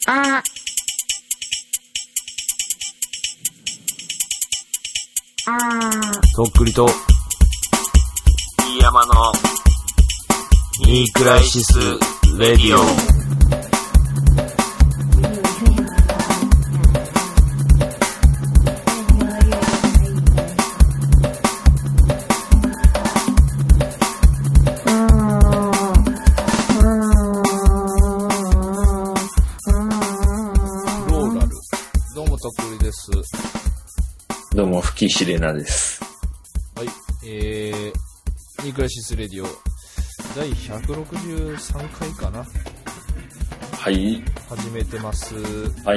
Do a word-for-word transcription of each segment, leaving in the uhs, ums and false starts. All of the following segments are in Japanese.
ああとっくりと、 飯山のニークライシス・レディオ。 どうも、吹きしれなです。 はい、えー、ニークライシスレディオだいひゃくろくじゅうさんかいかな。 はい。 始めてます。 はい。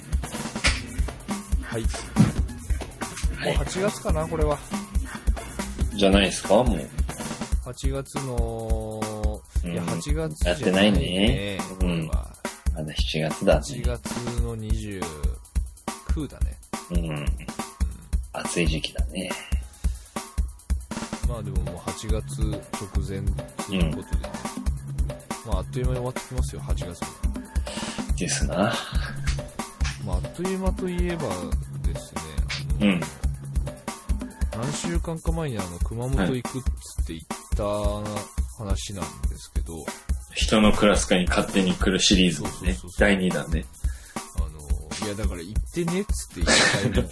はい。もうはちがつかな、これは。 じゃないですか、もう。 はちがつの、 うん、 いや、はちがつじゃないね。 やってないね。うん。 まだしちがつだね。 はちがつのにじゅうくだね。 うん。暑い時期だね。 まあでももうはちがつ直前ということで、ね、うん、まああっという間に終わってきますよ、はちがつも。 ですな。 まああっという間といえばですね、あの、うん、何週間か前にあの熊本行くっつって言った話なんですけど、はい、 人のクラス会に勝手に来るシリーズね。そうそうそうそう、だいにだね。 あの、いやだから行ってねっつって言ったよ。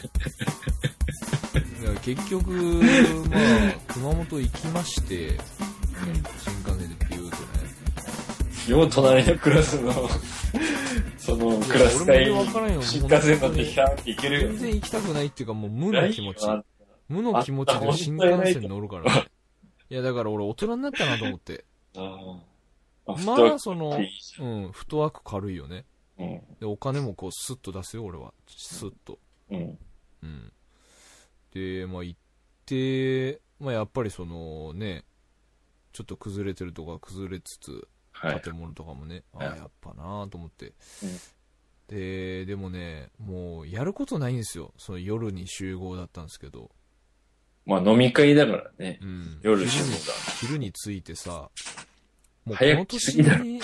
結局、まあ、熊本行きまして、うん、新幹線でビューとね。 よう隣のクラスの、そのクラス会に新幹線乗ってきたって行けるよ。 全然行きたくないっていうか、もう無の気持ち。無の気持ちで新幹線乗るからね。いや、だから俺大人になったなと思って。あまあ、その、うん、フットワーク軽いよね。うん、で、お金もこうスッと出すよ、俺は。スッと。うん。うん。で、まあ行って、まあやっぱりそのね、ちょっと崩れてるとか崩れつつ、建物とかもね、はい、ああやっぱなと思って、うん、で、でもね、もうやることないんですよ。その夜に集合だったんですけど。 まあ飲み会だからね。うん、夜集合だ。 昼に着いてさ、 もうこの年に、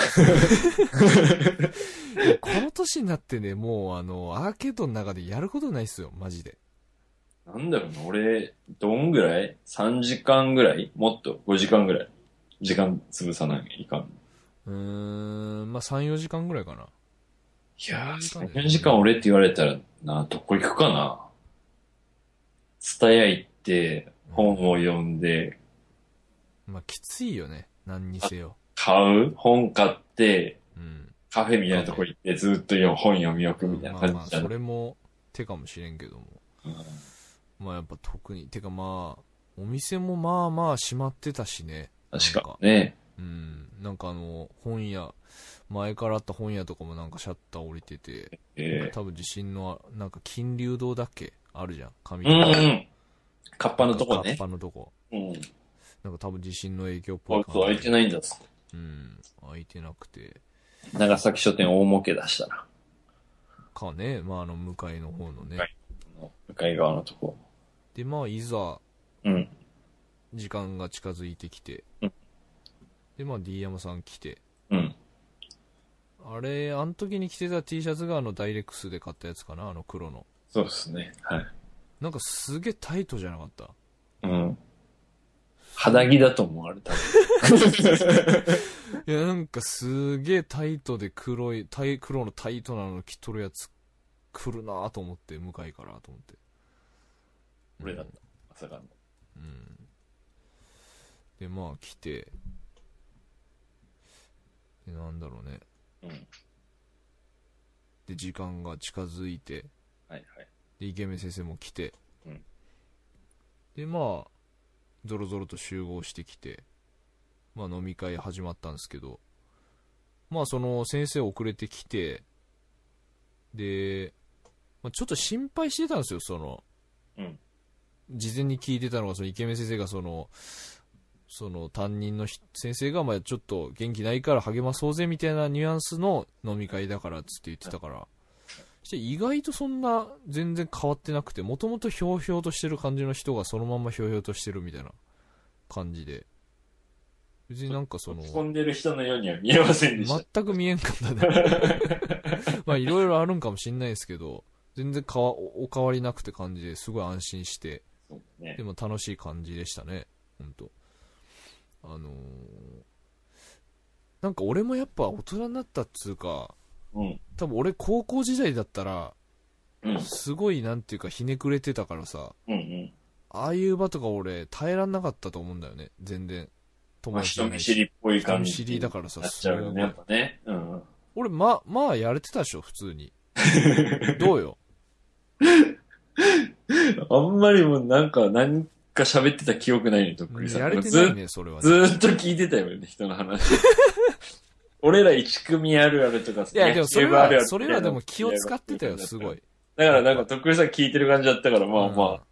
この年になってね、もうあの、アーケードの中でやることないっすよ、マジで。 なんだろうな、俺、どんぐらい ?さん 時間ぐらいもっとごじかんぐらい時間潰さないかん。 うーん、まあさん、よじかんぐらいかな。 いやー、さん、よじかん俺って言われたらな、どこ行くかな。ツタヤ行って、本を読んで、 うん、まあきついよね、何にせよ。 買う本買って、うん、カフェみたいなとこ行ってずっと本読み置くみたいな感じだ、ね。まあまあ、 それも手かもしれんけども。うん、まあやっぱ特に、てかまあ、お店もまあまあ閉まってたしね。 確かね。 うん。なんかあの、本屋、前からあった本屋とかもなんかシャッター降りてて、えー、多分地震の、なんか金龍堂だっけあるじゃん。紙とか。うんうん。 カッパのとこね。 カッパのとこ。うん。なんか多分地震の影響っぽい。 そう、開いてないんだっつって。 うん。開いてなくて。 長崎書店大儲け出したら。 かね。まああの、向かいの方のね。 向かい側のとこ。 で、まあ、いざ、うん、時間が近づいてきて、うん、で、まあ、D 山さん来て、うん、あれ、あの時に着てた T シャツがあの、ダイレックスで買ったやつかな、あの黒の。 そうですね、はい。 なんかすげえタイトじゃなかった？ うん。肌着だと思われた。いや、なんかすげえタイトで黒い、タイ黒のタイトなの着とるやつ来るなぁと思って、向かいからと思って。 俺だった、まさかの。うん。 で、まあ来て、で、なんだろうね。うん。で、時間が近づいて、 はいはい。 で、イケメン先生も来て、うん。で、まあ、ゾロゾロと集合してきて、まあ飲み会始まったんですけど、まあその先生遅れてきて、で、まあ、ちょっと心配してたんですよ、その、うん。事前に聞いてたのが、そのイケメン先生がその、その担任の先生が、まあちょっと元気ないから励まそうぜみたいなニュアンスの飲み会だからっつって言ってたから、そして意外とそんな全然変わってなくて、もともとひょうひょうとしてる感じの人がそのままひょうひょうとしてるみたいな感じで、 別になんかその、 落ち込んでる人のようには見えませんでした。 全く見えんかったね。まあいろいろあるんかもしんないですけど、全然かわお変わりなくて感じですごい安心して、 ね、 でも楽しい感じでしたね。ほんと。あのー、なんか俺もやっぱ大人になったっつうか、 うん、 多分俺高校時代だったら、 うん、 すごいなんていうかひねくれてたからさ、 うんうん、 ああいう場とか俺耐えらんなかったと思うんだよね、全然。 友達じゃないし。人見知りっぽい感じ。 人見知りだからさ、 なっちゃうよね、やっぱね。うん。 俺、ま、まあやれてたでしょ、普通に。どうよ。 あんまりもなんか、何か喋ってた記憶ないね、とっくりさん。 やれてないね、それは、ね。 ずーっと聞いてたよね、人の話。俺ら一組あるあるとかさ。 いや、でもそれは、それはでも気を使ってたよ、すごい。 だからなんか、とっくりさん聞いてる感じだったから、まあまあ、うん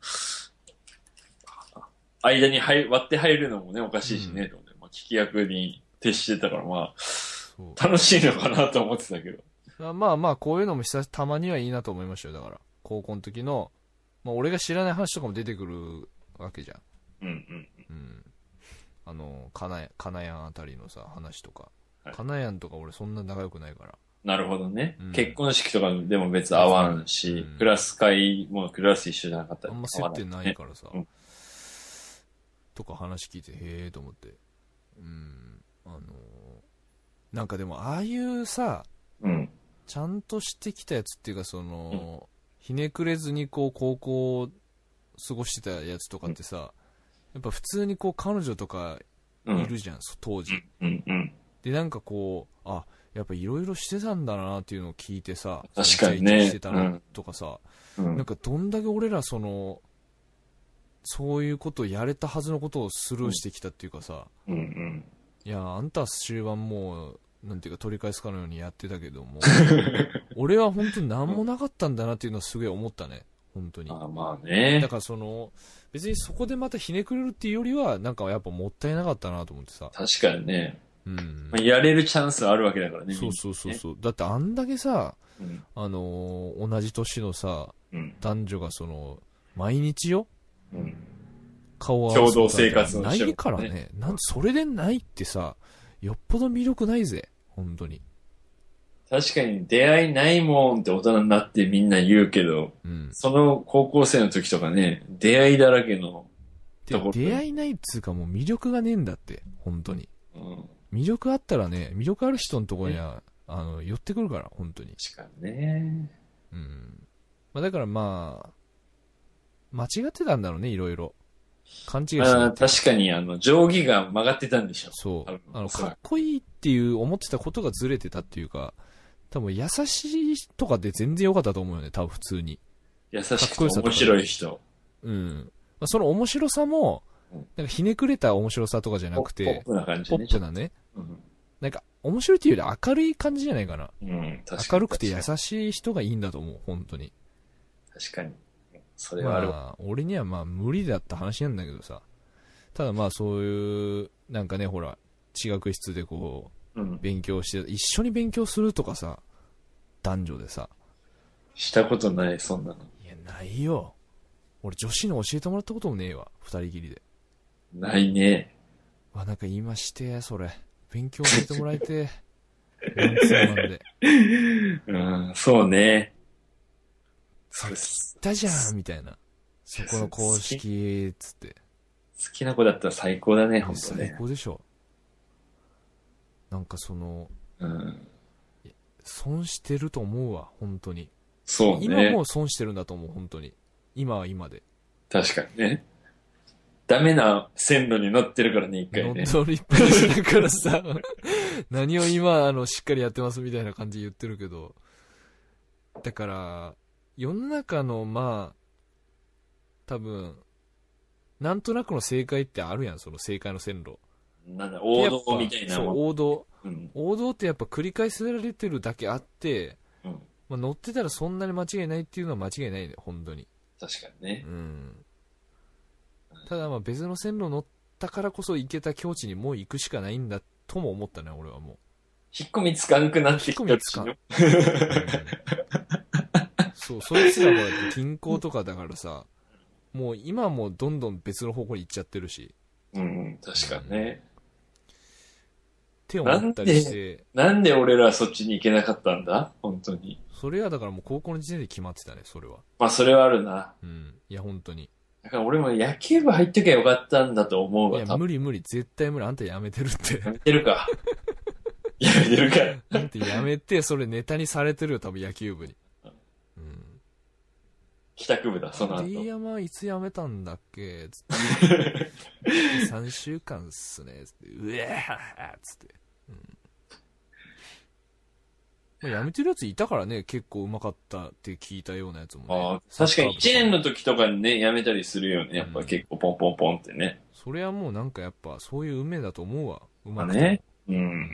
間に入割って入るのもね、おかしいしね、うんまあ、聞き役に徹してたから、まあ、楽しいのかなと思ってたけど。 まあまあ、こういうのも久たまにはいいなと思いましたよ、だから。高校の時の、まあ俺が知らない話とかも出てくるわけじゃん。 うんうん。 うん。あの、かなや、かなやんあたりのさ、話とか。 はい、 かなやんとか俺そんな仲良くないから。 なるほどね。うん、結婚式とかでも別に会わんし、うん、クラス会もクラス一緒じゃなかったら、 ね、あんま接点ないからさ。うんとか話聞いてへえと思ってうんあのー、なんかでもああいうさ、 うん、 ちゃんとしてきたやつっていうかその、うん、ひねくれずにこう高校を過ごしてたやつとかってさ、うん、やっぱ普通にこう彼女とかいるじゃん、うん、当時、 うんうん、 でなんかこうあやっぱいろいろしてたんだなっていうのを聞いてさ確かにねしてたのとかさ、うん、なんかどんだけ俺らそのそういうことをやれたはずのことをスルーしてきたっていうかさ、 うんうん、 いやあんたは終盤もうなんていうか取り返すかのようにやってたけども俺は本当に何もなかったんだなっていうのはすごい思ったね本当に。 あまあね。 だからその別にそこでまたひねくれるっていうよりはなんかやっぱもったいなかったなと思ってさ。 確かにね。 うん。 まあ、やれるチャンスあるわけだからね。 そうそうそうそう。ね、だってあんだけさ、 うん、 あのー、同じ年のさ、 うん、 男女がその毎日よ。 うん。 顔共同生活のないからね。なんそれでないってさ、よっぽど魅力ないぜ。本当に。 確かに出会いないもんって大人になってみんな言うけど、 うん、 その高校生の時とかね、出会いだらけのところ。 出会いないっつうかもう魅力がねえんだって。本当に。 うん、 魅力あったらね、魅力ある人のところには、あの、寄ってくるから、本当に。 確かにね。 うん。まあだからまあ、間違ってたんだろうね、いろいろ。勘違いしてた。 確かに、あの、定規が曲がってたんでしょ。 そう。あの、かっこいいっていう思ってたことがずれてたっていうか、多分優しいとかで全然良かったと思うよね、多分普通に。 優しくて面白い人。 うん。まあ、その面白さも、なんかひねくれた面白さとかじゃなくて、 ポップな感じね。 ポップなね。 うん、 なんか、面白いっていうより明るい感じじゃないかな。 うん、確かに。 明るくて優しい人がいいんだと思う、本当に。 確かに。それはある。 まあ、俺にはまあ無理だった話なんだけどさ。ただまあそういう、なんかね、ほら、地学室でこう、うん、勉強して、一緒に勉強するとかさ、男女でさ。 したことない、そんなの。 いや、ないよ。俺女子の教えてもらったこともねえわ、二人きりで。 ないね。 わ、なんか今して、それ。勉強教えてもらえて。マンツーマンで。 うん、そうね。 それ言ったじゃんみたいな。そこの公式、つって。 好きな子だったら最高だね、ほんとね。 最高でしょ。なんかその、 うん、 損してると思うわ、本当に。 そうね。 今もう損してるんだと思う、本当に。今は今で。 確かにね。ダメな線路に乗ってるからね、一回ね。 乗りっぱなしだからさ、何を今、あの、しっかりやってますみたいな感じで言ってるけど。だから、世の中の、まあ、多分、なんとなくの正解ってあるやん、その正解の線路。 なんだ、王道みたいな。 そう、王道、 うん。 王道ってやっぱ繰り返せられてるだけあって、 うん、 まあ、乗ってたらそんなに間違いないっていうのは間違いないね、本当に。 確かにね。 うん。ただまあ別の線路乗ったからこそ行けた境地にもう行くしかないんだとも思ったね、俺はもう。 引っ込みつかんくなってきた。 引っ込みつかん。うん、そう、そいつらも銀行とかだからさ、もう今もどんどん別の方向に行っちゃってるし。 うん、確かにね。 って思ったりして。 なんで俺らはそっちに行けなかったんだ本当に。 それはだからもう高校の時点で決まってたね、それは。 まあそれはあるな。 うん。いや、本当に。 だから俺も野球部入っときゃよかったんだと思うわ。 いや、無理無理、絶対無理。あんたやめてるって。 やめてるか。やめてるか。 あんたやめて、それネタにされてるよ、多分野球部に。うん。 帰宅部だ、その後。 D 山いつ辞めたんだっけつってさんしゅうかんっすねつってうえーつって、うん、まあ、辞めてるやついたからね、結構うまかったって聞いたようなやつもね。 あ確かにいちねんの時とかにね辞めたりするよね、やっぱ結構ポンポンポンってね、 うん、それはもうなんかやっぱそういう運命だと思うわ、うまくて、 ね、うん、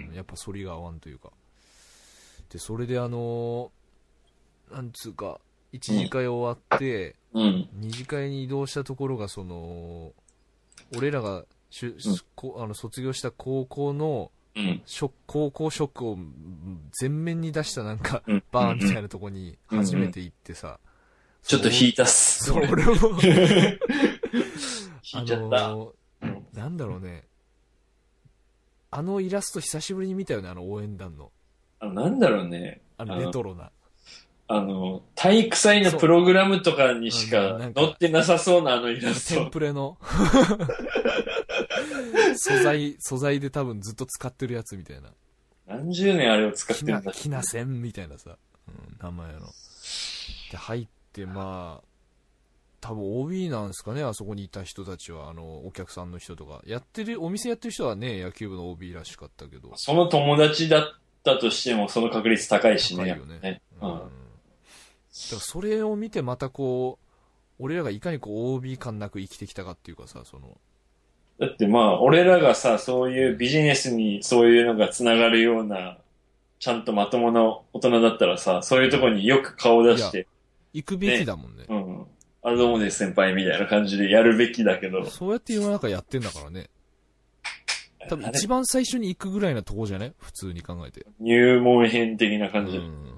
やっぱ反りが合わんというか。でそれであのー、なんつうかいち次会終わって、うん、に次会に移動したところがその俺らがしゅ、うん、あの卒業した高校の、うん、ショ高校ショックを全面に出したなんか、うん、バーンみたいなとこに初めて行ってさ、うんうん、 ちょっと引いたっす。 そう俺も引いちゃった、あのー、なんだろうね、あのイラスト久しぶりに見たよね、あの応援団の。 あのなんだろうね、 あのレトロな。 あの、体育祭のプログラムとかにしか載ってなさそうなあのイラスト。 テンプレの素材、素材で多分ずっと使ってるやつみたいな。 何十年あれを使ってるんだ。 きなせんみたいなさ、うん、名前の。で、入って、まあ、多分 オービー なんですかね、あそこにいた人たちは、あの、お客さんの人とか。やってる、お店やってる人はね、野球部の オービー らしかったけど。 その友達だったとしても、その確率高いしね。 高いよね。 ね、うん。 だからそれを見てまたこう俺らがいかにこう オービー 感なく生きてきたかっていうかさ、そのだってまあ俺らがさ、そういうビジネスにそういうのがつながるようなちゃんとまともな大人だったらさ、そういうところによく顔出して行くべきだもんね。 うん。あ、どうもです先輩みたいな感じでやるべきだけど、 そうやって世の中やってんだからね。多分一番最初に行くぐらいなとこじゃね、普通に考えて。 入門編的な感じ、うん、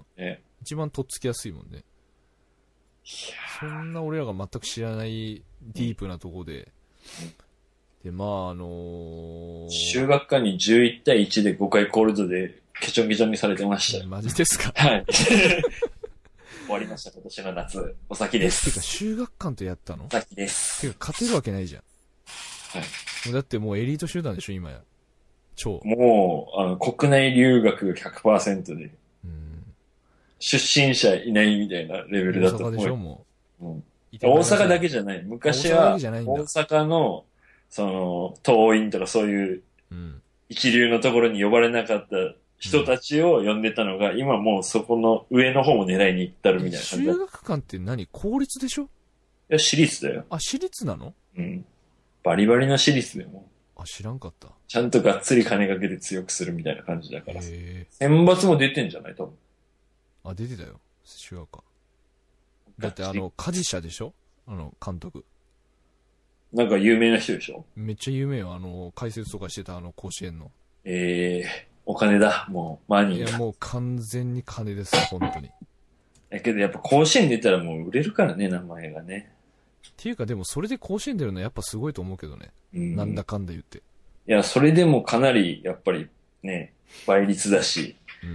ね。 一番とっつきやすいもんね。そんな俺らが全く知らないディープなとこで、うん、でまああのー、 中学科にじゅういち対いちでごかいコールドでケチョンケチョンにされてました。 マジですか？ はい。終わりました今年の夏。お先です。 てか修学館とやったの？ お先です。 てか勝てるわけないじゃん。はい。だってもうエリート集団でしょ今や。超。 もうあの国内留学が ひゃくパーセント で。出身者いないみたいなレベルだと思う。 大阪でしょもう、うん、 大阪だけじゃない。昔は大阪のその桐蔭とかそういう一流のところに呼ばれなかった人たちを呼んでたのが、うん、今もうそこの上の方も狙いに行ったるみたいな感じ。 修学館って何？公立でしょ？いや私立だよ。 あ、私立なの？ うん。バリバリの私立だよ。 あ、知らんかった。 ちゃんとがっつり金かけて強くするみたいな感じだから。選抜も出てんじゃない多分。 あ、出てたよ。修学館。だってあの、梶社でしょ？あの、監督。 なんか有名な人でしょ？ めっちゃ有名よ。あの、解説とかしてたあの、甲子園の。 ええー、お金だ。もう、マニーだ。 いや、もう完全に金です。本当に。 だけどやっぱ甲子園出たらもう売れるからね、名前がね。 っていうかでもそれで甲子園出るのはやっぱすごいと思うけどね。うん、なんだかんだ言って。 いや、それでもかなり、やっぱりね、倍率だし。うん。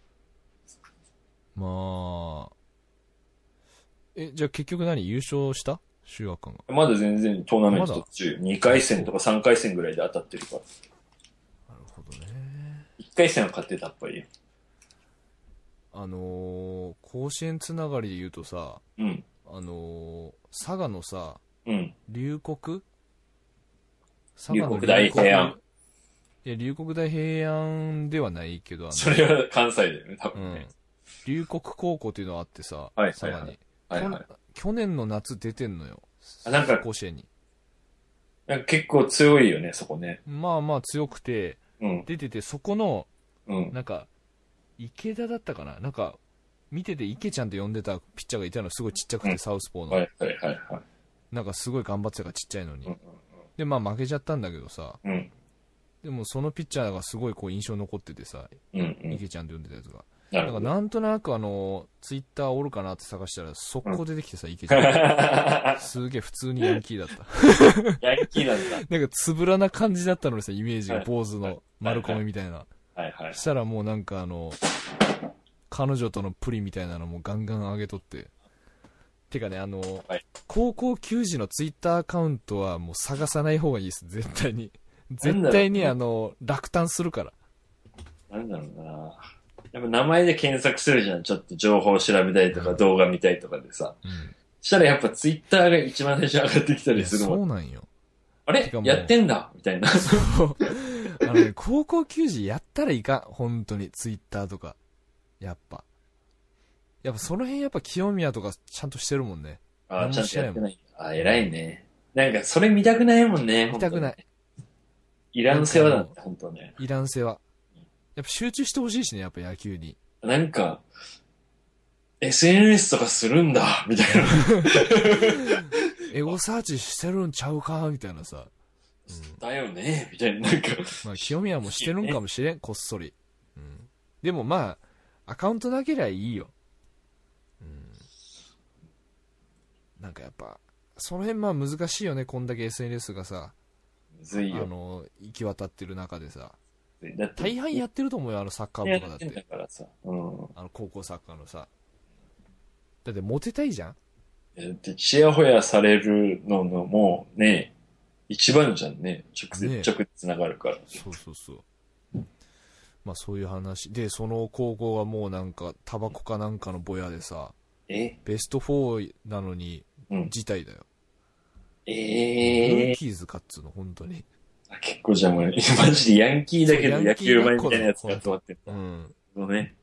まあ、え、じゃあ結局何優勝した修学館が。 まだ全然トーナメント途中、にかい戦とかさんかい戦ぐらいで当たってるから。 なるほどね。 いっかい戦は勝ってたっぽいよ。 あのー、甲子園つながりで言うとさ、うん。あのー、佐賀のさ、うん。龍谷佐賀の龍谷大平安。 いや、龍谷大平安ではないけど、あのそれは関西だよね、多分ね。うん龍谷高校っていうのがあってさ、 はい、 佐賀に、 はいはい。 去年の夏出てんのよ。 あ、なんか、 甲子園に。 なんか結構強いよね、そこね。 まあまあ強くて、うん、出てて、そこの、 うん、 なんか、池田だったかななんか、見てて池ちゃんと呼んでたピッチャーがいたの、すごいちっちゃくて、うん、サウスポーの。 はいはいはいはい。 なんかすごい頑張ってたからちっちゃいのに。 うんうんうん、 で、まあ負けちゃったんだけどさ、 うん、 でもそのピッチャーがすごいこう印象残っててさ、 うんうん、 池ちゃんと呼んでたやつが。 なんかなんとなくあの、ツイッターおるかなって探したら、速攻出てきてさ、池ちゃん。すげえ普通にヤンキーだった。 ヤンキーなんだ。 なんかつぶらな感じだったのにさ、イメージが坊主の丸米みたいな。 はいはい。 したらもうなんかあの、彼女とのプリみたいなのもガンガン上げとって。てかね、あの、はい、高校球児のツイッターアカウントはもう探さない方がいいです、絶対に。絶対にあの、落胆するから。 なんだろうな。やっぱ名前で検索するじゃん。ちょっと情報を調べたいとか、うん、動画見たいとかでさ。うん、したらやっぱツイッターが一番最初に上がってきたりするもん。 そうなんよ。 あれやってんだみたいな。そう。 あのね、高校球児やったらいかん。本当に。ツイッターとか。やっぱ。やっぱその辺やっぱ清宮とかちゃんとしてるもんね。 ああ、ちゃんとやってない。ああ、偉いね。なんかそれ見たくないもんね。 見たくない。 いらん世話だって、本当ね。 いらん世話。やっぱ集中してほしいしね、やっぱ野球に。 なんか、エスエヌエス とかするんだ、みたいな。 エゴサーチしてるんちゃうか、みたいなさ。 うん、だよね、みたいな。なんか。 まあ、清宮もしてるんかもしれん、こっそり。うん。でもまあ、アカウントなけりゃいいよ。うん。なんかやっぱ、その辺まあ難しいよね、こんだけ エスエヌエス がさ。 むずいよ。 あの、行き渡ってる中でさ。大半やってると思うよ、あのサッカー部とかだって。 だからさ、うん、 あの高校サッカーのさ。だってモテたいじゃん。 だってチヤホヤされるののもうね、一番じゃんね。直接、ね、直接つながるから。 そうそうそう。まあそういう話。で、その高校がもうなんか、タバコかなんかのぼやでさ、 えベストフォーなのに、辞退だよ。 うん、ええー。 ルーキーズかっつうの、本当に。 結構じゃあもう、マジでヤンキーだけど野球うまいみたいなやつが集まってる。 うん。 のね。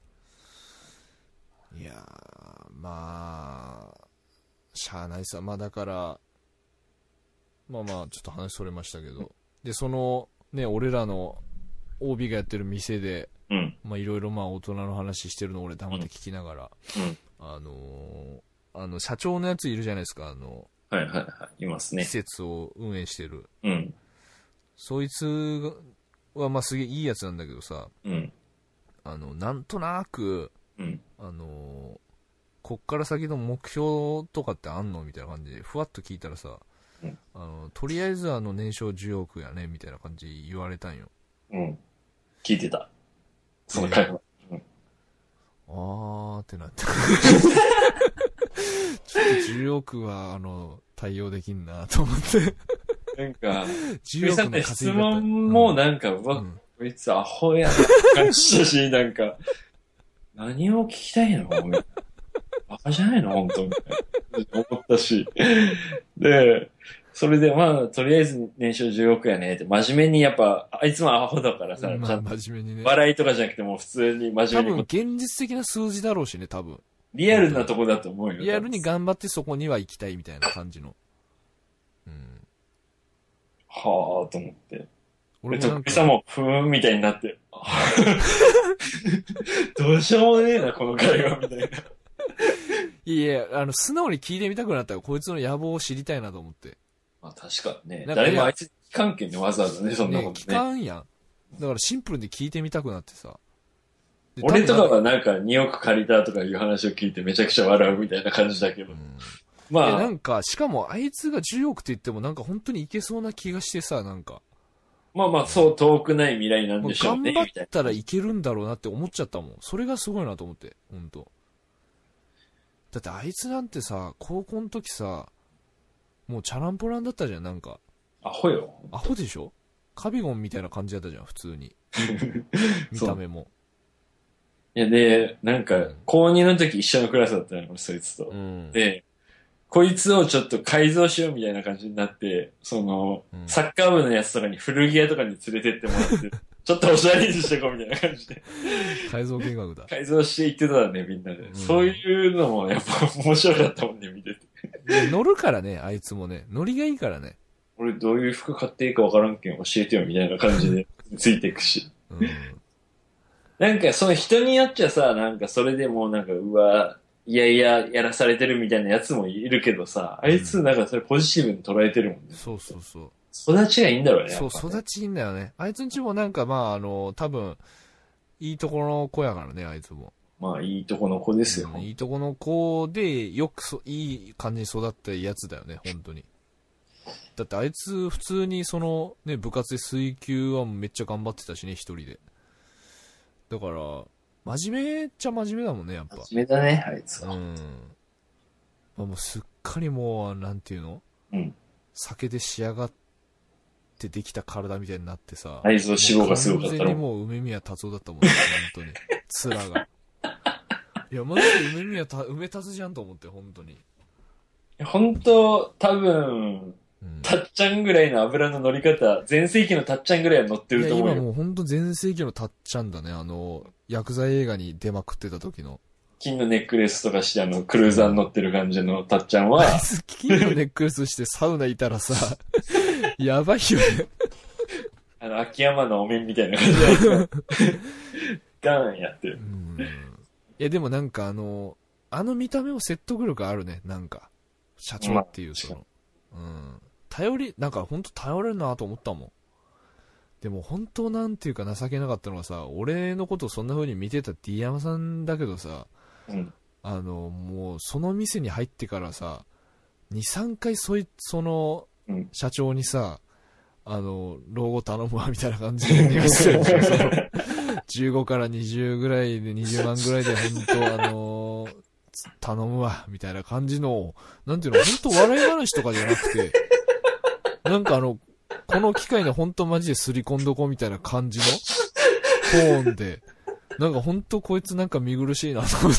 いやー、まあ、しゃあないさ。まあだから、まあまあ、ちょっと話それましたけど。で、その、ね、俺らの オービー がやってる店で、 うん、 まあいろいろまあ大人の話してるのを俺黙って聞きながら、 うん、 あのー、あの、社長のやついるじゃないですか、あの、 はいはいはい、いますね。 施設を運営してる。 うん。 そいつはまあすげえいいやつなんだけどさ、 うん、 あの、なんとなく、 うん、 あの、こっから先の目標とかってあんのみたいな感じで、ふわっと聞いたらさ、 うん、 あの、とりあえずあの年商じゅうおくやね、みたいな感じ言われたんよ。 うん。聞いてた。その会話。うん、 あーってなって。ちょっとじゅうおくは、あの、対応できんなと思って。 なんか、 じゅうおくの質問もなんか、うわ、うん、こいつアホやな感じだし、なんか、何を聞きたいのバカじゃないの本当に。思ったし。で、それでまあ、とりあえず年収じゅうおくやねって、真面目にやっぱ、あいつもアホだからさ、 まあ、 ちゃんと真面目にね。 笑いとかじゃなくても普通に真面目に。 多分現実的な数字だろうしね、多分。 リアルなとこだと思うよ。 リアルに頑張ってそこには行きたいみたいな感じの。うん。 はぁーと思って。 俺もなんか。さも、ふーんみたいになって。どうしようもねえな、この会話みたいな。 いや、あの、素直に聞いてみたくなったら、こいつの野望を知りたいなと思って。 まあ確かにね。誰もあいつ聞かんけんね、わざわざね、そんなことね。 聞かんやん。だからシンプルに聞いてみたくなってさ。 俺とかはなんかにおく借りたとかいう話を聞いてめちゃくちゃ笑うみたいな感じだけど。うん、 まあ。なんか、しかもあいつがじゅうおくって言ってもなんか本当にいけそうな気がしてさ、なんか。 まあまあ、そう遠くない未来なんでしょうね。 頑張ったらいけるんだろうなって思っちゃったもん。それがすごいなと思って、ほんと。だってあいつなんてさ、高校の時さ、もうチャランポランだったじゃん、なんか。 アホよ。 アホでしょ？カビゴンみたいな感じだったじゃん、普通に。見た目も。 いや、で、なんか、高にの時一緒のクラスだったのよ、そいつと。 うん、 で、こいつをちょっと改造しようみたいな感じになって、その、うん、サッカー部のやつとかに古着屋とかに連れてってもらって、ちょっとおしゃれにしていこうみたいな感じで。 改造見学だ。 改造していってたね、みんなで、うん。そういうのもやっぱ面白かったもんね、見てて。乗るからね、あいつもね。乗りがいいからね。 俺どういう服買っていいかわからんけん教えてよみたいな感じでついていくし。うん、なんかその人によっちゃさ、なんかそれでもうなんか、うわ、いやいや、やらされてるみたいなやつもいるけどさ、あいつなんかそれポジティブに捉えてるもんね。 そうそうそう。 育ちがいいんだろうね。 そう、育ちいいんだよね。あいつんちもなんかまあ、あの、多分、 いいとこの子やからね、あいつも。 まあ、いいとこの子ですよ。 うん、いいとこの子で、よくそ、いい感じに育ったやつだよね、本当に。だってあいつ、普通にその、ね、部活で水球はめっちゃ頑張ってたしね、一人で。だから、真面目っちゃ真面目だもんね、やっぱ。 真面目だね、あいつは。 うん。まあ、もうすっかりもう、なんていうの、 うん。 酒で仕上がってできた体みたいになってさ。 内臓脂肪がすごかった完全にもう梅宮達夫だったもんね、本当に。面が。いや、マジで梅宮た、梅達じゃんと思って、本当に。 本当、多分、 うん、 たっちゃんぐらいの油の乗り方、全盛期のたっちゃんぐらいは乗ってると思うよ。 いや、今もう本当全盛期のたっちゃんだね。あの、薬剤映画に出まくってた時の。 金のネックレスとかして、あの、クルーザーに乗ってる感じのたっちゃんは。 金のネックレスしてサウナいたらさ、やばいよね。 あの、秋山のお面みたいな感じで。ガーンやってる。 うん。いや、でもなんかあの、あの見た目も説得力あるね、なんか。社長っていう、その。うん。頼り、なんか本当頼れるなと思ったもん。でも本当なんていうか情けなかったのがさ、俺のことそんな風に見てた D 山さんだけどさ、 うん、 あの、もうその店に入ってからさ、に、さんかいそい、その、社長にさ、あの、老後頼むわみたいな感じで言わせてるでしょ。じゅうごからにじゅうぐらいでにじゅうまんぐらいで本当あのー、頼むわみたいな感じの、なんていうの、本当笑い話とかじゃなくて、なんかあの、この機械で本当マジですり込んどこうみたいな感じのトーンで、なんか本当こいつなんか見苦しいなと思って。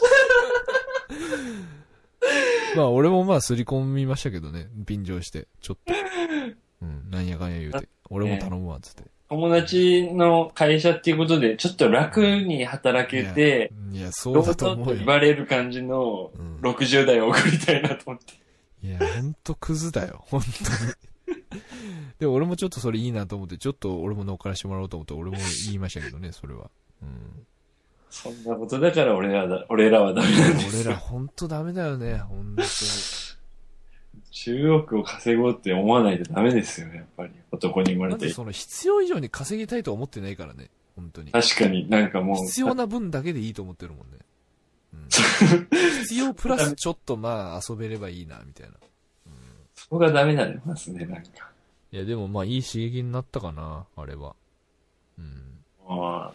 まあ俺もまあすり込みましたけどね、便乗して、ちょっと。うん、なんやかんや言うて。俺も頼むわ、つって。 友達の会社っていうことで、ちょっと楽に働けて、 いや、いやそうだと思うよ。 言われる感じのろくじゅう代を送りたいなと思って。 うん、いや、ほんとクズだよ、ほんとに。でも俺もちょっとそれいいなと思って、ちょっと俺も乗っからしてもらおうと思って、俺も言いましたけどね、それは。うん。 そんなことだから俺らだ、俺らはダメなんですよ。 俺らほんとダメだよね、ほんとに。 じゅうおくを稼ごうって思わないとダメですよ、やっぱり。男に生まれて。 まずその必要以上に稼ぎたいと思ってないからね、本当に。 確かになんかもう。 必要な分だけでいいと思ってるもんね。うん、必要プラスちょっとまあ遊べればいいな、みたいな。うん、 そこがダメになりますね、なんか。 いやでもまあいい刺激になったかな、あれは。うん。 ああ。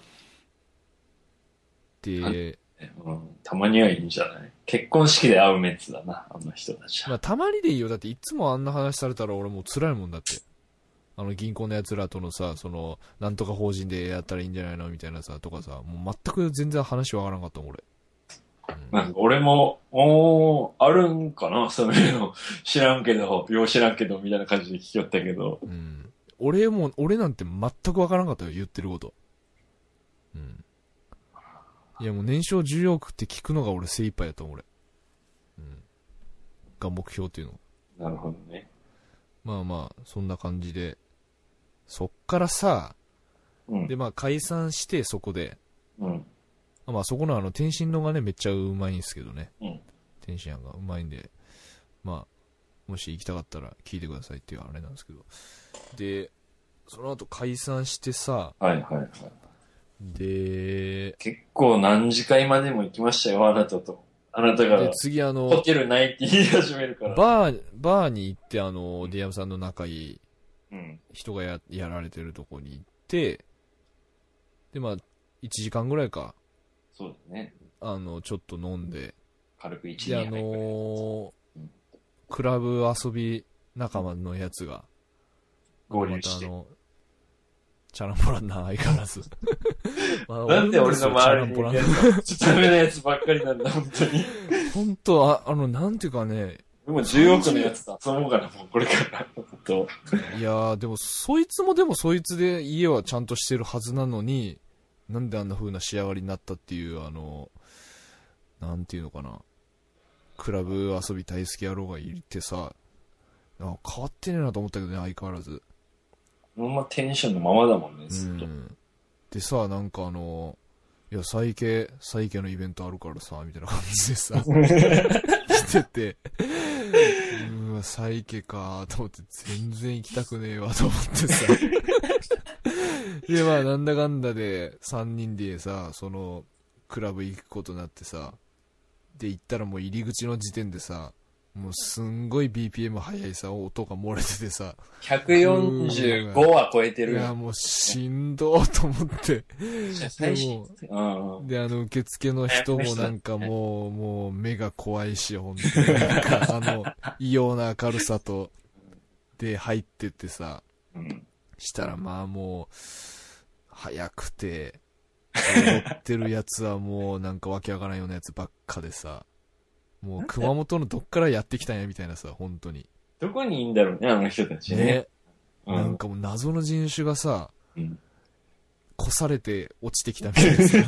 で、 うん、たまにはいいんじゃない？結婚式で会うメンツだな、あの人たちは。 まあたまにでいいよ。だっていつもあんな話されたら俺もう辛いもんだって。あの銀行の奴らとのさ、その、なんとか法人でやったらいいんじゃないのみたいなさ、とかさ、もう全く全然話わからなかったもん俺。 うん、なんか俺も、おー、あるんかなそういうの。知らんけど、よう知らんけど、みたいな感じで聞きよったけど。 うん。俺も、俺なんて全くわからなかったよ、言ってること。うん。いやもう年商じゅうおくって聞くのが俺精一杯やと思う俺。うん。が目標っていうの。 なるほどね。 まあまあ、そんな感じで。そっからさ、うん、でまあ解散してそこで。 うん。 まあそこのあの天津のがねめっちゃうまいんですけどね。 うん。 天津飯がうまいんで。まあ、もし行きたかったら聞いてくださいっていうあれなんですけど。で、その後解散してさ。 はいはいはい。 で、 結構何次会までも行きましたよ、あなたと。あなたが。で、 次あの、 ホテルないって言い始めるから。 バー、バーに行って、あの、ディアムさんの仲いいうん、 人がや、やられてるとこに行って、で、まあ、いちじかんぐらいか。 そうだね。 あの、ちょっと飲んで。 軽くいち、 で、あのーうん、クラブ遊び仲間のやつが、 合流して。 またあの、チャランポランな、相変わらず。 まあ、なんで俺の周りにダメなやつばっかりなんだ、本当に。 本当あ、あの、なんていうかね。 でもじゅうおくのやつと遊ぼうかな、もうこれから。といやー、でも、そいつもでもそいつで家はちゃんとしてるはずなのに、なんであんな風な仕上がりになったっていう、あの、なんていうのかな。クラブ遊び大好き野郎がいてさ、あ変わってねえなと思ったけどね、相変わらず。 ほんまテンションのままだもんね、ずっと。 うん、でさ、なんかあの、いや、サイケ、サイケのイベントあるからさ、みたいな感じでさ、来てて、 うわ、サイケかと思って全然行きたくねえわと思ってさ。で、まあなんだかんだでさんにんでさ、そのクラブ行くことになってさ、で行ったらもう入り口の時点でさ、もうすんごい ビーピーエム 速いさ、音が漏れててさ。 ひゃくよんじゅうごは超えてる。 いや、もうしんどーと思って。 でも、 で、あの、受付の人もなんかもう、もう目が怖いし、本当に。なんか、あの、異様な明るさと、で入ってってさ、 うん、 したらまあもう、速くて、乗ってるやつはもうなんかわけわからんようなやつばっかでさ、もう熊本のどっからやってきたんやみたいなさ、本当に。 どこにいんだろうね、あの人たちね。ね、 うん、なんかもう謎の人種がさ、 うん、 越されて落ちてきたみたいなさ。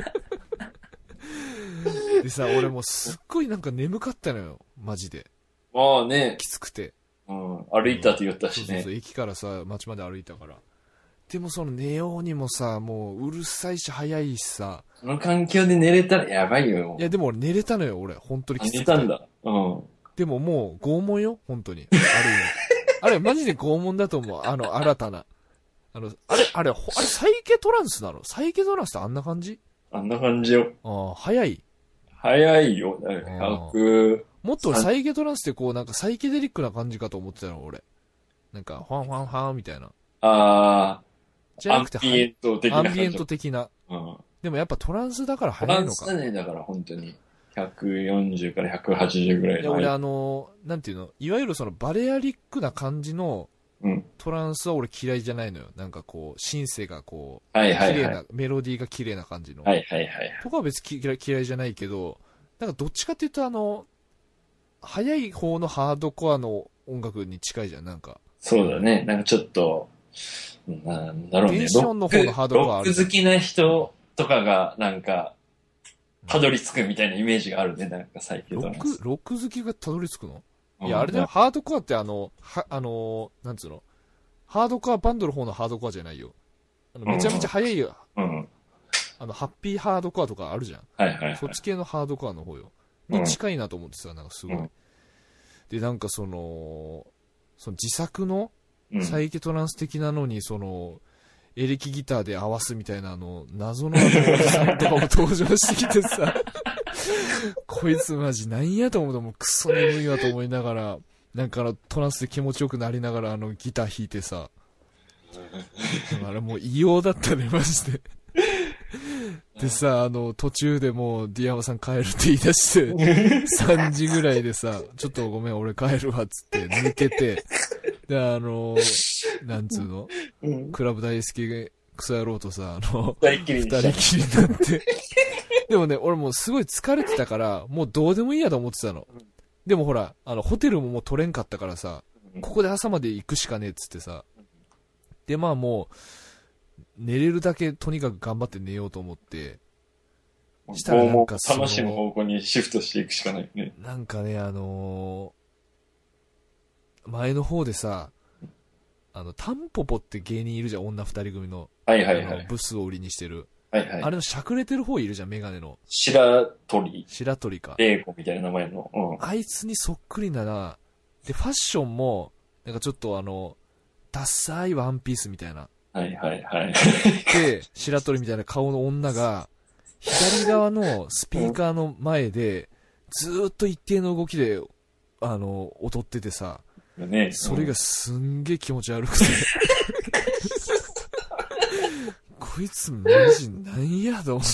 でさ、俺もうすっごいなんか眠かったのよ、マジで。 ああね。 きつくて。 うん、歩いたって言ったしね。 そうそうそう、駅からさ、街まで歩いたから。でもその寝ようにもさ、もううるさいし早いしさ。 その環境で寝れたらやばいよ。 いやでも俺寝れたのよ、俺。本当にきつくて。 寝たんだ。うん。 でももう拷問よ、本当に。ある意味。あれマジで拷問だと思う。あの、新たな。あの、あれ、あれ、あれ、サイケトランスなの？サイケトランスってあんな感じ？ あんな感じよ。 ああ、早い。 早いよ。ひゃく。 もっとサイケトランスってこうなんかサイケデリックな感じかと思ってたの、俺。なんか、ファンファンファンみたいな。 ああ。 じゃなくて、 アンビエント的な。 アンビエント的な。 うん。 でもやっぱトランスだから早いのか。 トランスね、だから本当に。ひゃくよんじゅうからひゃくはちじゅうぐらいの。 いや、俺あの、なんていうの、いわゆるそのバレアリックな感じのトランスは俺嫌いじゃないのよ。なんかこう、シンセがこう、 はいはいはい、 綺麗な、メロディーが綺麗な感じの。 はいはいはい。 とかは別に嫌い、嫌いじゃないけど、なんかどっちかっていうとあの、早い方のハードコアの音楽に近いじゃん、なんか。 そうだね。なんかちょっと、なんだろうね。 電子音の方のハードコアある。 ロック好きな人とかが、なんか、たどり着くみたいなイメージがあるね。なんか最近。 ロック、ロック好きがたどり着くの？ うん、 いや、あれだよ、ハードコアってあの、は、あの、なんつうの、ハードコアバンドの方のハードコアじゃないよ。あのめちゃめちゃ早いよ。 うん。 あの、ハッピーハードコアとかあるじゃん。 はいはい、はい。 そっち系のハードコアの方よ。に近いなと思ってさ、なんかすごい。うん、で、なんかその、その自作のサイケトランス的なのに、その、エレキギターで合わすみたいなあの、謎のあの、おじさんとかも登場してきてさ、こいつマジなんやと思うともうクソ眠いわと思いながら、なんかあのトランスで気持ちよくなりながらあのギター弾いてさ、あれもう異様だったね、マジで。でさ、あの、途中でもう、ディアマさん帰るって言い出して、さんじぐらいでさ、ちょっとごめん、俺帰るわ、つって抜けて、で、あの、なんつうの、うん、クラブ大好きクソ野郎とさ、あの、 二人きりに二人きりになって。でもね、俺もうすごい疲れてたから、もうどうでもいいやと思ってたの。でもほら、あの、ホテルももう取れんかったからさ、ここで朝まで行くしかねえっつってさ。で、まあもう、寝れるだけとにかく頑張って寝ようと思って、 したらなんかその楽しむ方向にシフトしていくしかないね。 なんかね、あのー、前の方でさ、あの、タンポポって芸人いるじゃん、女二人組の。 はいはいはい。 ブスを売りにしてる。 はいはい。 あれのしゃくれてる方いるじゃん、メガネの。 白鳥。 白鳥か。 玲子みたいな名前の。 うん。あいつにそっくりなな。で、ファッションも、なんかちょっとあの、ダッサいワンピースみたいな。 はいはいはい。 で、白鳥みたいな顔の女が、左側のスピーカーの前で、ずーっと一定の動きで、あの、踊っててさ、 ね、 それがすんげえ気持ち悪くて。こいつマジなんやと思って。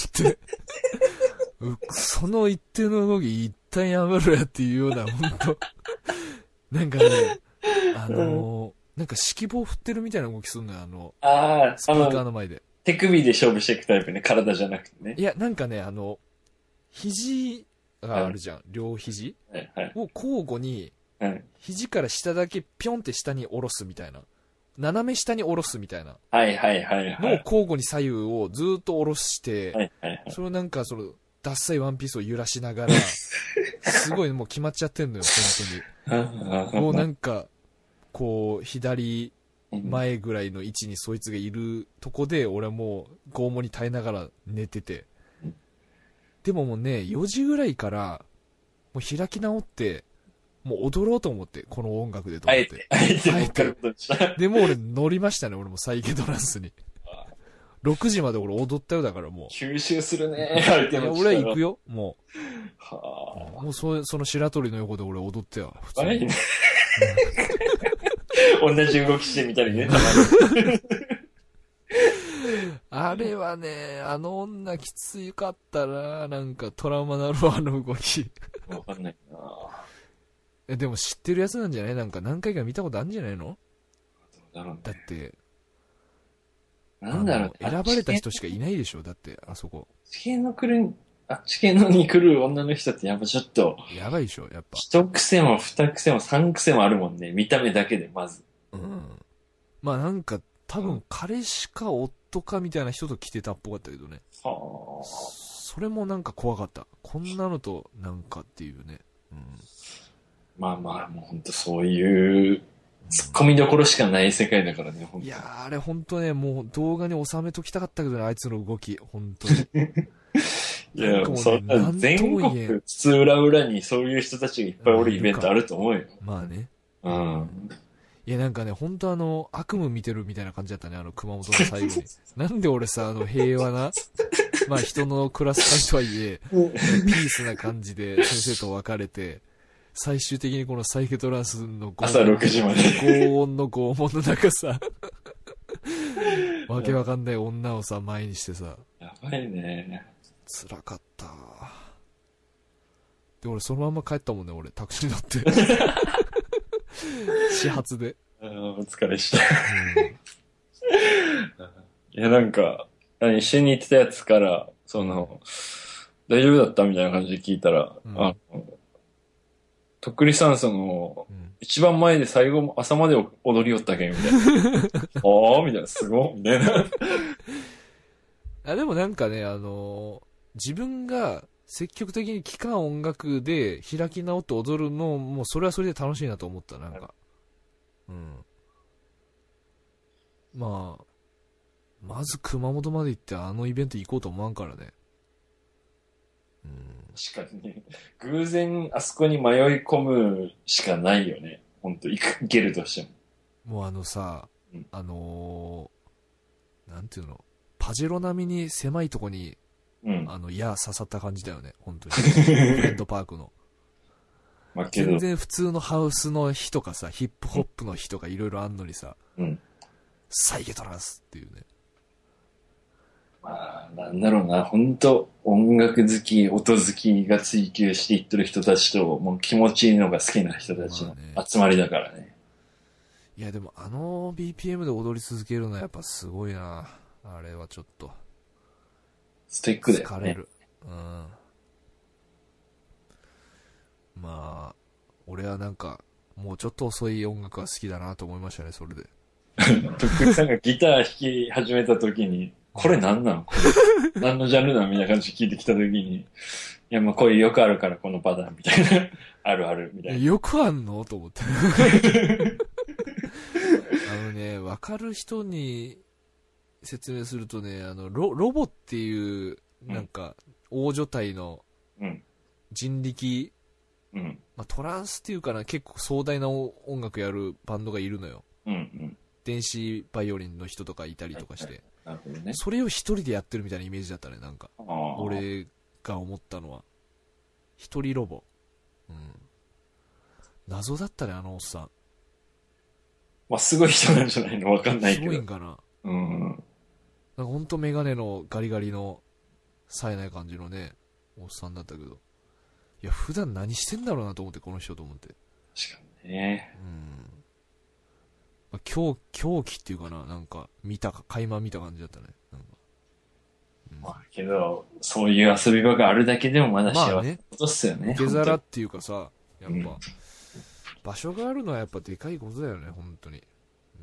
その一定の動き一旦やめろやっていうような、ほんと。なんかね、あのー、なんか指揮棒振ってるみたいな動きすんのよ、あの、 あスピーカーの前で。 手首で勝負していくタイプね、体じゃなくてね。 いや、なんかね、あの、肘があるじゃん、はい、両肘、 はいはい、 を交互に、 はい、 肘から下だけピョンって下に下ろすみたいな。斜め下に下ろすみたいな。 はいはいはいはい。 の交互に左右をずーっと下ろして、 はいはいはい、 それをなんかその、ダッサいワンピースを揺らしながら、すごいもう決まっちゃってんのよ、本当に。もうなんか、こう、左前ぐらいの位置にそいつがいるとこで、俺はもう拷問に耐えながら寝てて。でももうね、よじぐらいから、もう開き直って、 もう踊ろうと思って、この音楽でと思って。 あえて、あえて乗っかることにした。 でも俺乗りましたね、俺もサイケトランスに。ろくじまで俺踊ったよ、だからもう。 吸収するね、相手の力。 いや、俺は行くよ、もう。 はあ。 もうそ、その白鳥の横で俺踊ってよ、普通に。 ね、同じ動きしてみたりね、たまに。 あれはね、あの女きつかったな、なんかトラウマなるわ、あの動き。 わかんないな。 え、でも知ってるやつなんじゃない？なんか何回か見たことあるんじゃないの？ だろうね。 だって、 なんだろう、 選ばれた人しかいないでしょ、だって、あそこ。 地形の来る、あっち系のに来る女の人ってやっぱちょっと。 やばいでしょ、やっぱ。 一癖も二癖も三癖もあるもんね。見た目だけで、まず。 うん。まあなんか、多分彼氏か夫かみたいな人と来てたっぽかったけどね。 はあ。 それもなんか怖かった。こんなのとなんかっていうね。うん。 まあまあ、もう本当そういう突っ込みどころしかない世界だからね、本当に。 いやー、あれ本当ね、もう動画に収めときたかったけどね、あいつの動き、本当に。 いや、もうそんな全国津々浦々にそういう人たちがいっぱいおるイベントあると思うよ。 まあね。 うん。 いやなんかね、本当あの、悪夢見てるみたいな感じだったね、あの熊本の最後に。なんで俺さ、あの平和な、まあ人のクラス会とはいえ、ピースな感じで先生と別れて、最終的にこのサイケトランスの朝ろくじまで轟音の拷問の中さ、わけわかんない女をさ、前にしてさ。 やばいね。 辛かった。で、俺そのまま帰ったもんね、俺、タクシー乗って。始発で。 あお疲れした。うん、いや、なんか、一緒に行ってたやつから、その、大丈夫だったみたいな感じで聞いたら、うん、あとっくりさん、その、うん、一番前で最後、朝まで踊りよったけん、みたいな。ああみたいな、すごい、みたいな。 あ、でもなんかね、あのー、自分が積極的に聴かん音楽で開き直って踊るのも、それはそれで楽しいなと思った、なんか。うん。まあ、まず熊本まで行ってあのイベント行こうと思わんからね。 うん。確かにね。偶然あそこに迷い込むしかないよね。ほんと、行く、行けるとしても。もうあのさ、うん、あのー、なんていうの、パジェロ並みに狭いとこに、うん、あの、矢刺さった感じだよね、本当に。フレンドパークの。まあ、全然普通のハウスの日とかさ、ヒップホップの日とかいろいろあんのにさ、うん、サイケトランスっていうね。 まあ、なんだろうな、本当音楽好き、音好きが追求していってる人たちと、もう気持ちいいのが好きな人たちの集まりだからね。まあね、 いやでもあの ビーピーエム で踊り続けるのはやっぱすごいな。あれはちょっと。 スティックだよね。 疲れる。うん。まあ、俺はなんか、もうちょっと遅い音楽が好きだなと思いましたね、それで。 とっくりさんがギター弾き始めた時に、これなんなんこれ何のジャンルなんみたいな感じで聞いてきた時に、いや、まあこういうよくあるからこのパターンみたいな。あるあるみたいな。 よくあんのと思って。あのね、わかる人に説明するとね、あの、ロ、ロボっていう、なんか、大所帯の人力、うん、まあ、トランスっていうかな、結構壮大な音楽やるバンドがいるのよ。うんうん、電子バイオリンの人とかいたりとかして。 なるほどね。 それを一人でやってるみたいなイメージだったね、なんか。俺が思ったのは。一人ロボ。うん。謎だったね、あのおっさん。 まあ、すごい人なんじゃないのわかんないけど。 すごいんかな。うん。なんかほんとメガネのガリガリの冴えない感じのね、おっさんだったけど。いや、普段何してんだろうなと思って、この人と思って。 確かにね。 うん。まあ、狂、狂気っていうかな、なんか、見たか、垣間見た感じだったね。なんか。 うん、まあ、けど、そういう遊び場があるだけでもまだ幸せなことっすよね。 受け皿っていうかさ、やっぱ、うん、場所があるのはやっぱでかいことだよね、本当に。うん。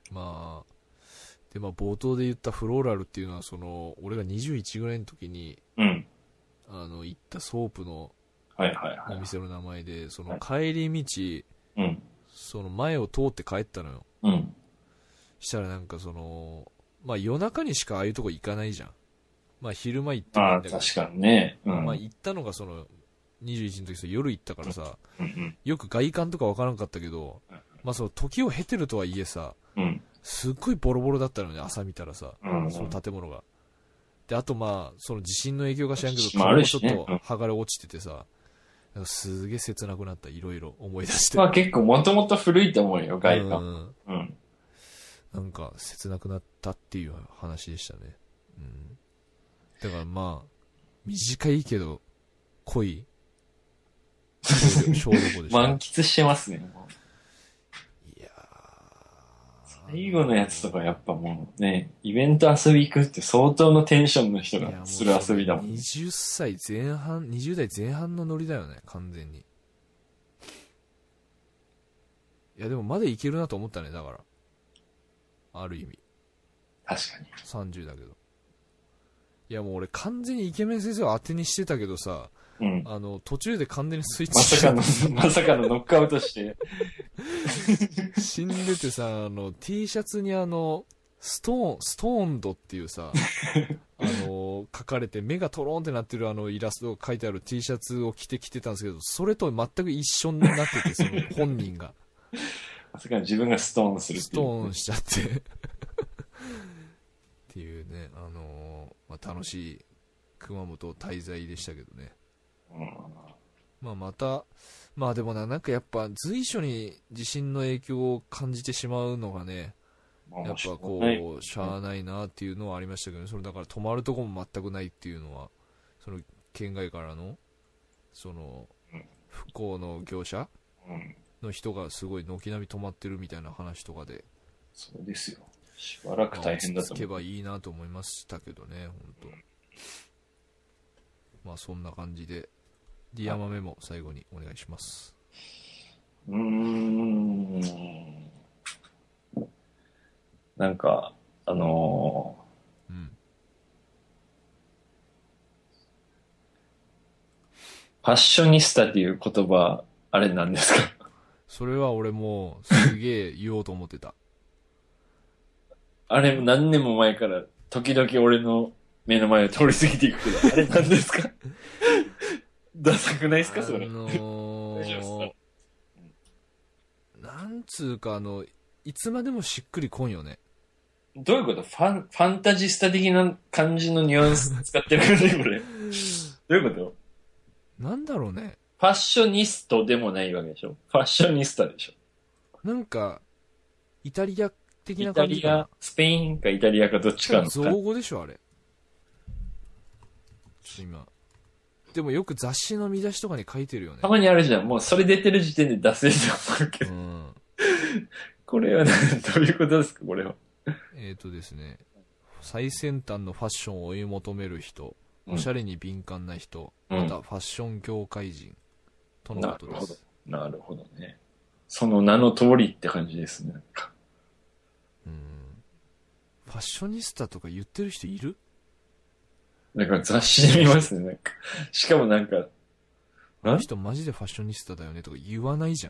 まあ、で、まあ、冒頭で言ったフローラルっていうのは、その、俺がにじゅういちぐらいの時に、うん。あの、行ったソープの、 はいはいはい。 お店の名前で、その、帰り道、うん。その前を通って帰ったのよ。うん。したらなんかその、まあ夜中にしかああいうとこ行かないじゃん。まあ昼間行ってもいいんだけど。 ああ、確かにね。 うん。まあ行ったのがその、 にじゅういちの時さ、夜行ったからさ、よく外観とかわからんかったけど、まあその時を経てるとはいえさ、すっごいボロボロだったのね、朝見たらさ、その建物が。で、あとまあ、その地震の影響が知らんけど、壁もちょっと剥がれ落ちててさ、すげえ切なくなった、いろいろ思い出して。 まあ結構もともと古いと思うよ、外観。 うん。うん、なんか、切なくなったっていう話でしたね。うん。だからまあ、短いけど、濃い。小旅行でした。 満喫してますね、もう。いやー。最後のやつとかやっぱもうね、イベント遊び行くって相当のテンションの人がする遊びだもん。 はたち前半、にじゅう代前半のノリだよね、完全に。いやでもまだいけるなと思ったね、だから。ある意味。 確かに。 さんじゅうだけど。いやもう俺完全にイケメン先生を当てにしてたけどさ、うん、あの、途中で完全にスイッチして。まさかの、まさかのノックアウトして。 死んでてさ、あの、T シャツにあの、ストーン、ストーンドっていうさ、あの、書かれて目がトローンってなってるあのイラストが書いてある T シャツを着てきてたんですけど、それと全く一緒になってて、その本人が。 まさか自分がストーンするっていう。 ストーンしちゃって。っていうね、あのー、まあ、楽しい熊本滞在でしたけどね。うん、まあまた、まあでもな、なんかやっぱ随所に地震の影響を感じてしまうのがね、やっぱこう、しゃあないなっていうのはありましたけどね、それだから泊まるとこも全くないっていうのは、その県外からの、その、復興の業者の人がすごい軒並み泊まってるみたいな話とかで。 そうですよ。しばらく大変だと思う。 つけばいいなと思いましたけどね、本当。まあそんな感じで、ディアマメも最後にお願いします。 うーん。なんか、あのー、うん。ファッショニスタっていう言葉、あれなんですか？ それは俺もすげえ言おうと思ってた。 あれ何年も前から時々俺の目の前を通り過ぎていくけど、あれ何ですか？ダサくないですかそれ。あのー、 なんつうかあの、いつまでもしっくりこんよね。 どういうことファン、ファンタジスタ的な感じのニュアンス使ってる感じこれ。どういうことなんだろうね。 ファッショニストでもないわけでしょファッショニスタでしょなんか、イタリア的な感じかな。 イタリア、スペインかイタリアかどっちかの。 造語でしょあれ。ちょっと今。でもよく雑誌の見出しとかに書いてるよね。 たまにあるじゃん。もうそれ出てる時点で出せると思うけど。うん、これはどういうことですかこれは。 えっとですね。最先端のファッションを追い求める人、おしゃれに敏感な人、うん、またファッション業界人とのことです。 なるほど。なるほどね。その名の通りって感じですね。なんかうん。ファッショニスタとか言ってる人いる？ なんか雑誌で見ますね。なんかしかもなんか、 あの人マジでファッショニスタだよねとか言わないじゃん。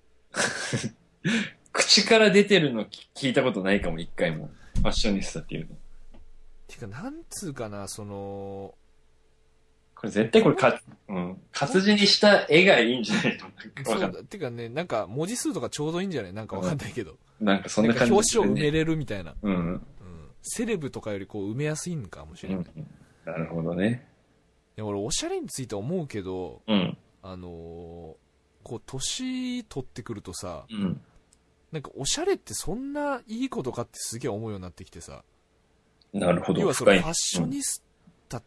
口から出てるの聞いたことないかも、一回も。ファッショニスタっていうの。 てか、なんつうかな、その、 これ絶対これか、うん。活字にした絵がいいんじゃないのそうだ。てかね、なんか文字数とかちょうどいいんじゃないなんかわかんないけど。 なんかそんな感じ、ね。 表紙を埋めれるみたいな。 うん、うん。 セレブとかよりこう埋めやすいんかもしれない。うん、 なるほどね。 いや俺、おしゃれについて思うけど、うん。あのー、こう、年取ってくるとさ、うん。なんかおしゃれってそんないいことかってすげえ思うようになってきてさ。 なるほど。 要はそのファッショニスタって、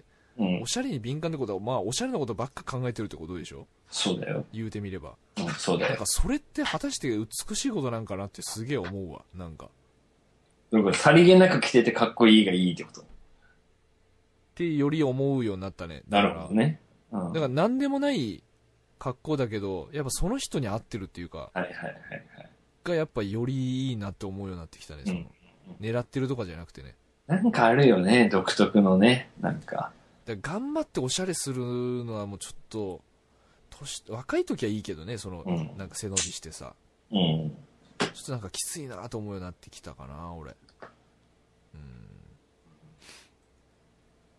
うん、おしゃれに敏感ってことは、まあおしゃれなことばっか考えてるってことでしょ？ そうだよ。 言うてみれば。 うん、そうだよ。 なんかそれって果たして美しいことなんかなってすげえ思うわ、なんか。 どういうこと？さりげなく着ててかっこいいがいいってこと？ ってより思うようになったね。 なるほどね。 うん、だから何でもない格好だけど、やっぱその人に合ってるっていうか、 はいはいはいはい。 がやっぱよりいいなって思うようになってきたね。その、うん、狙ってるとかじゃなくてね。 なんかあるよね、独特のね、なんか。 だから頑張っておしゃれするのはもうちょっと、年、若い時はいいけどね、その、うん、なんか背伸びしてさ。うん。ちょっとなんかきついなと思うようになってきたかな、俺。うん。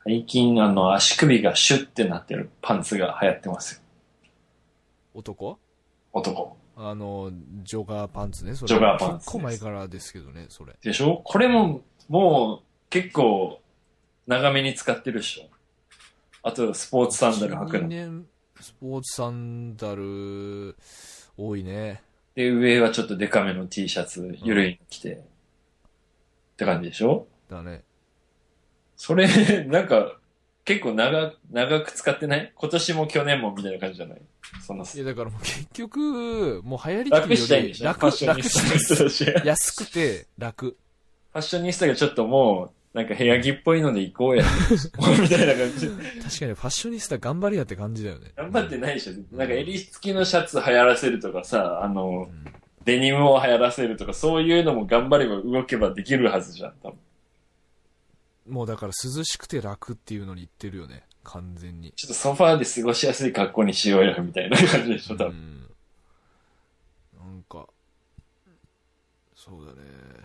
最近、あの、足首がシュッてなってるパンツが流行ってますよ。 男男。 あの、ジョガーパンツね。それジョガーパンツ。 結構前からですけどね、それ。 でしょ？これも、もう、結構、長めに使ってるでしょ。あと、スポーツサンダル履くの。 年スポーツサンダル、多いね。 で、上はちょっとデカめの T シャツ、ゆるいの着て、うん、って感じでしょ？ だね。それ、なんか、結構長、長く使ってない？今年も去年もみたいな感じじゃない？そのいや、だからもう結局、もう流行りっていうより楽、 楽したい。 安くて楽。 ファッショニスタがちょっともう、なんか部屋着っぽいので行こうや。みたいな感じ。 確かにファッショニスタ頑張りやって感じだよね。 頑張ってないでしょ。なんか襟付きのシャツ流行らせるとかさ、あの、うん、デニムを流行らせるとか、そういうのも頑張れば動けばできるはずじゃん、多分。 もうだから涼しくて楽っていうのに言ってるよね、完全に。 ちょっとソファーで過ごしやすい格好にしようよ、みたいな感じでしょ、多分。うん。 なんか、そうだね。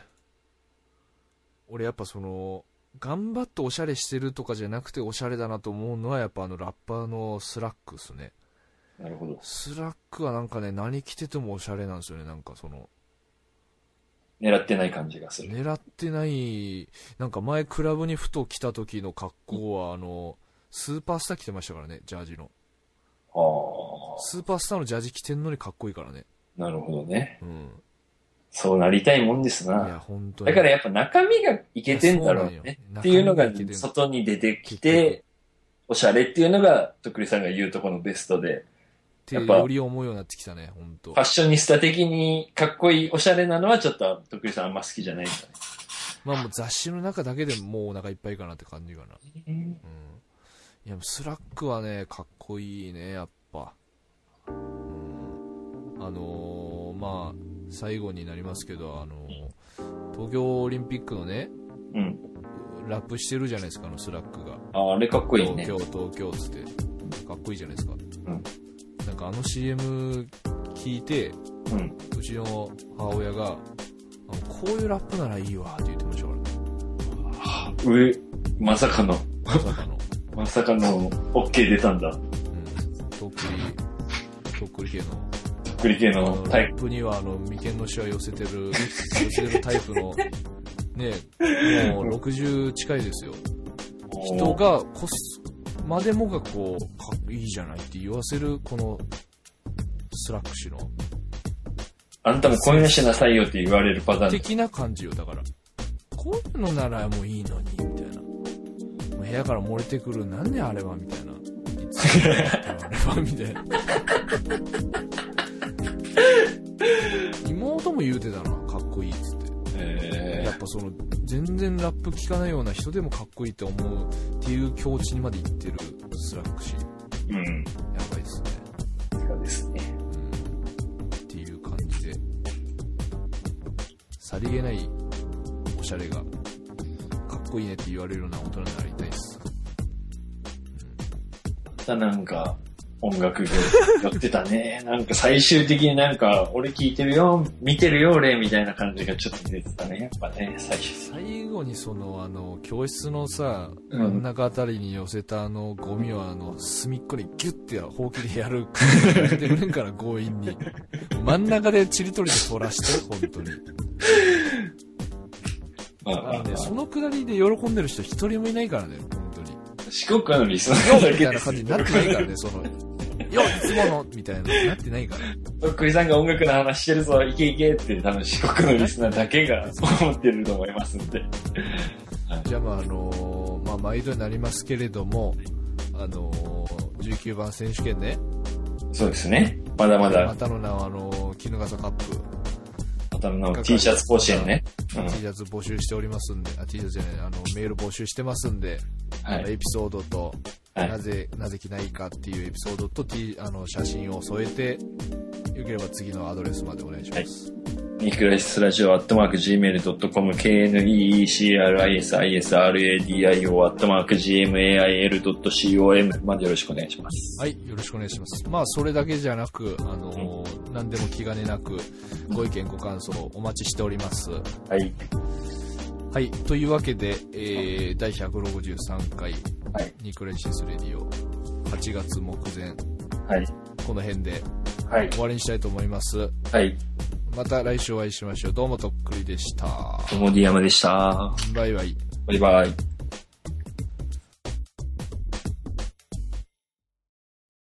俺やっぱその、頑張っておしゃれしてるとかじゃなくておしゃれだなと思うのはやっぱあのラッパーのスラックっすね。 なるほど。 スラックはなんかね、何着ててもおしゃれなんですよね、なんかその。 狙ってない感じがする。 狙ってない、なんか前クラブにふと来た時の格好は、あの、スーパースター着てましたからね、ジャージの。 ああ。 スーパースターのジャージ着てんのにかっこいいからね。 なるほどね。 うん。 そうなりたいもんですな。 いや、本当に。 だからやっぱ中身がいけてんだろうね。っていうのが外に出てきて、おしゃれっていうのが、とっくりさんが言うとこのベストで。 ってより思うようになってきたね、本当。 ファッショニスタ的にかっこいいおしゃれなのはちょっととっくりさんあんま好きじゃないんだね。 まあもう雑誌の中だけでもうお腹いっぱいかなって感じかな。 うん。うん、 いやスラックはねかっこいいねやっぱ。うん、あのー、まあ最後になりますけどあのー、東京オリンピックのね、 うん、 ラップしてるじゃないですかあのスラックが。 ああれかっこいいね。 東京東京つってかっこいいじゃないですか。 うん。 なんかあの シーエム 聞いて、 うん、 うちの母親があのこういうラップならいいわって言ってましたからね。 はあ、上まさかのまさかのまさかの OK 出たんだ。うん 。とっくりとっくり系のとっくり系のタイプ。ラップにはあの眉間のシワ寄せてる寄せてるタイプのねもうろくじゅう近いですよ。人がコスまでもがこうかっこいいじゃないって言わせるこのスラック氏のあんたもこういうのしなさいよって言われるパターン的な感じよ。だからこういうのならもういいのにみたいな、もう部屋から漏れてくるなんであれはみたいな、いつもあれはみたいな妹も言うてたのかっこいいっつって、 えー、 やっぱその全然ラップ聞かないような人でもかっこいいと思うっていう境地にまで行ってるスラック氏。 うん。 やばいっすね。 そうですね。 うん。っていう感じで、さりげないおしゃれがかっこいいねって言われるような大人になりたいっす。 うん。なんか、音楽がやってたね。なんか最終的になんか、俺聞いてるよ、見てるよ、俺、みたいな感じがちょっと出てたね。やっぱね、最初。 最後にその、あの、教室のさ、真ん中あたりに寄せたあの、ゴミをあの、隅っこにギュッてほうきでやる感じが出てくるんから、強引に。真ん中でちりとりで取らして、本当に。 まあ、 あのね、そのくだりで喜んでる人一人もいないからね、本当に。 四国のリスナーだけみたいな感じになってないからね、その、よっいつものみたいななってないから。 とっくりさんが音楽の話してるぞ、いけいけって多分四国のリスナーだけが思ってると思いますんで。 じゃあまああのー、まあ毎度になりますけれども、あのー、じゅうきゅうばん選手権ね。 そうですね。まだまだ。 またの名はあのー、衣笠カップ。 またの名は T シャツ甲子園ね。 うん、T シャツ募集しておりますんで、あ、T シャツじゃない、あの、メール募集してますんで、はい、エピソードと、はい、なぜ、なぜ着ないかっていうエピソードと、T、あの、写真を添えて、よければ次のアドレスまでお願いします。 はい、ニクライスラジオアットマーク ジーメールドットコム ケーエヌイーイーシーアールアイエスアイエスアールエーディーアイオー アットマーク ジーエムエーアイエルドットコム までよろしくお願いします。 はい、よろしくお願いします。まあ、それだけじゃなく、あの、うん、何でも気兼ねなく、ご意見ご感想お待ちしております。 はい。 はい。というわけで、えー、だいひゃくろくじゅうさんかい、はい、ニクレンシスレディオ、はちがつ目前、はい。この辺で、はい。終わりにしたいと思います。はい。また来週お会いしましょう。どうもとっくりでした。 どうもディアマでした。 バイバイ。 バイバイ。